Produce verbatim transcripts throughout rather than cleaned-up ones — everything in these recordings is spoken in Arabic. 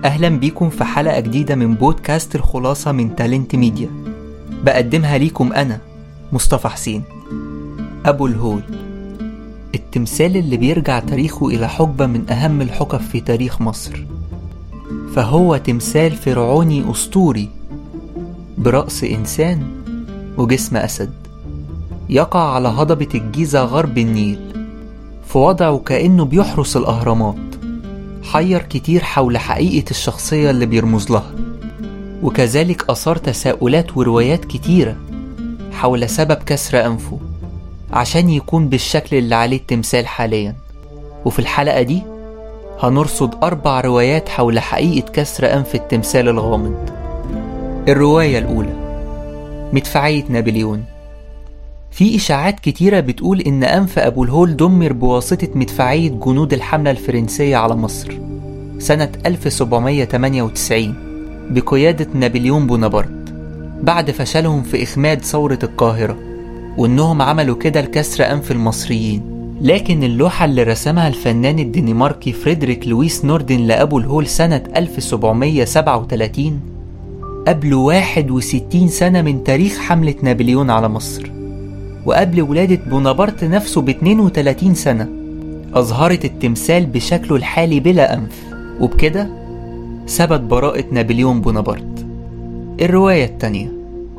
أهلا بيكم في حلقة جديدة من بودكاست الخلاصة من تالنت ميديا. بقدمها ليكم أنا مصطفى حسين. أبو الهول، التمثال اللي بيرجع تاريخه إلى حقبة من أهم الحقب في تاريخ مصر. فهو تمثال فرعوني أسطوري برأس إنسان وجسم أسد، يقع على هضبة الجيزة غرب النيل، في وضعه كأنه بيحرس الأهرامات. حير كتير حول حقيقة الشخصية اللي بيرمز لها، وكذلك أثار تساؤلات وروايات كتيرة حول سبب كسر أنفه عشان يكون بالشكل اللي عليه التمثال حاليا. وفي الحلقة دي هنرصد أربع روايات حول حقيقة كسر أنف التمثال الغامض. الرواية الأولى، مدفعية نابليون. في إشاعات كتيرة بتقول إن أنف أبو الهول دمر بواسطة مدفعية جنود الحملة الفرنسية على مصر سنة ألف وسبعمية وتمانية وتسعين بقيادة نابليون بونابرت، بعد فشلهم في إخماد ثورة القاهرة، وإنهم عملوا كده لكسر أنف المصريين. لكن اللوحة اللي رسمها الفنان الدنماركي فريدريك لويس نوردن لأبو الهول سنة ألف وسبعمية وسبعة وتلاتين قبل واحد وستين سنة من تاريخ حملة نابليون على مصر، وقبل ولادة بونابرت نفسه ب اثنين وثلاثين سنة، أظهرت التمثال بشكله الحالي بلا أنف، وبكده ثبت براءة نابليون بونابرت. الرواية التانية،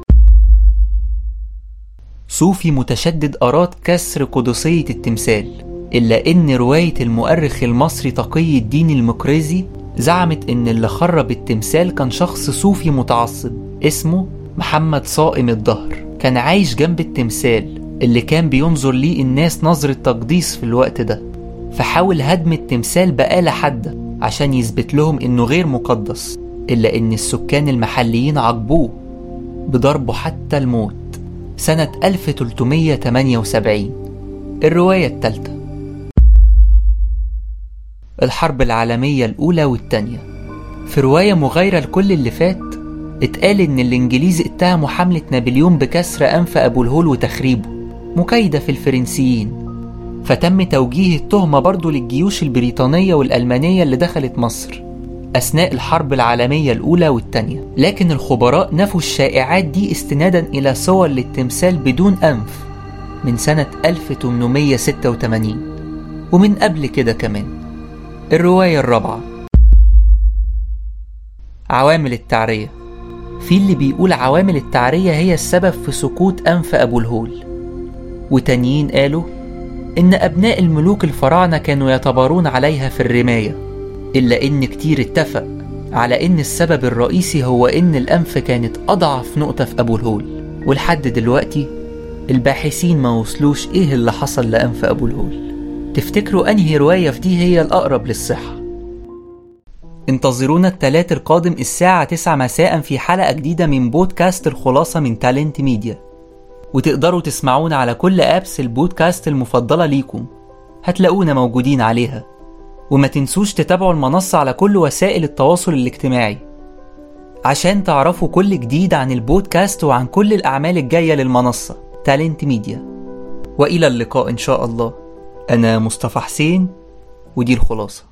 صوفي متشدد أراد كسر قدسية التمثال، إلا إن رواية المؤرخ المصري تقي الدين المقريزي زعمت إن اللي خرب التمثال كان شخص صوفي متعصب اسمه محمد صائم الدهر، كان عايش جنب التمثال اللي كان بينظر ليه الناس نظرة تقديس في الوقت ده، فحاول هدم التمثال بآلة حادة عشان يثبت لهم إنه غير مقدس، إلا إن السكان المحليين عاقبوه بضربه حتى الموت سنة ألف وتلتمية وتمانية وسبعين. الرواية الثالثة، الحرب العالمية الأولى والتانية. في رواية مغايرة لكل اللي فات اتقال إن الإنجليز اتهموا حملة نابليون بكسر أنف أبو الهول وتخريبه، مكايدة في الفرنسيين، فتم توجيه التهمة برضو للجيوش البريطانية والألمانية اللي دخلت مصر أثناء الحرب العالمية الأولى والتانية. لكن الخبراء نفوا الشائعات دي استنادا إلى صور للتمثال بدون أنف من سنة ألف وتمنمية وستة وتمانين ومن قبل كده كمان. الرواية الرابعة، عوامل التعرية. في اللي بيقول عوامل التعرية هي السبب في سقوط أنف أبو الهول، وتانيين قالوا إن أبناء الملوك الفراعنة كانوا يتبارون عليها في الرماية، إلا إن كتير اتفق على إن السبب الرئيسي هو إن الأنف كانت أضعف نقطة في أبو الهول. ولحد دلوقتي الباحثين ما وصلوش إيه اللي حصل لأنف أبو الهول. تفتكروا أنهي رواية في دي هي الأقرب للصحة؟ انتظرونا الثلاث القادم الساعة تسعة مساء في حلقة جديدة من بودكاست الخلاصة من تالنت ميديا، وتقدروا تسمعونا على كل أبس البودكاست المفضلة ليكم، هتلاقونا موجودين عليها. وما تنسوش تتابعوا المنصة على كل وسائل التواصل الاجتماعي عشان تعرفوا كل جديد عن البودكاست وعن كل الأعمال الجاية للمنصة تالنت ميديا. وإلى اللقاء إن شاء الله. أنا مصطفى حسين، ودي الخلاصة.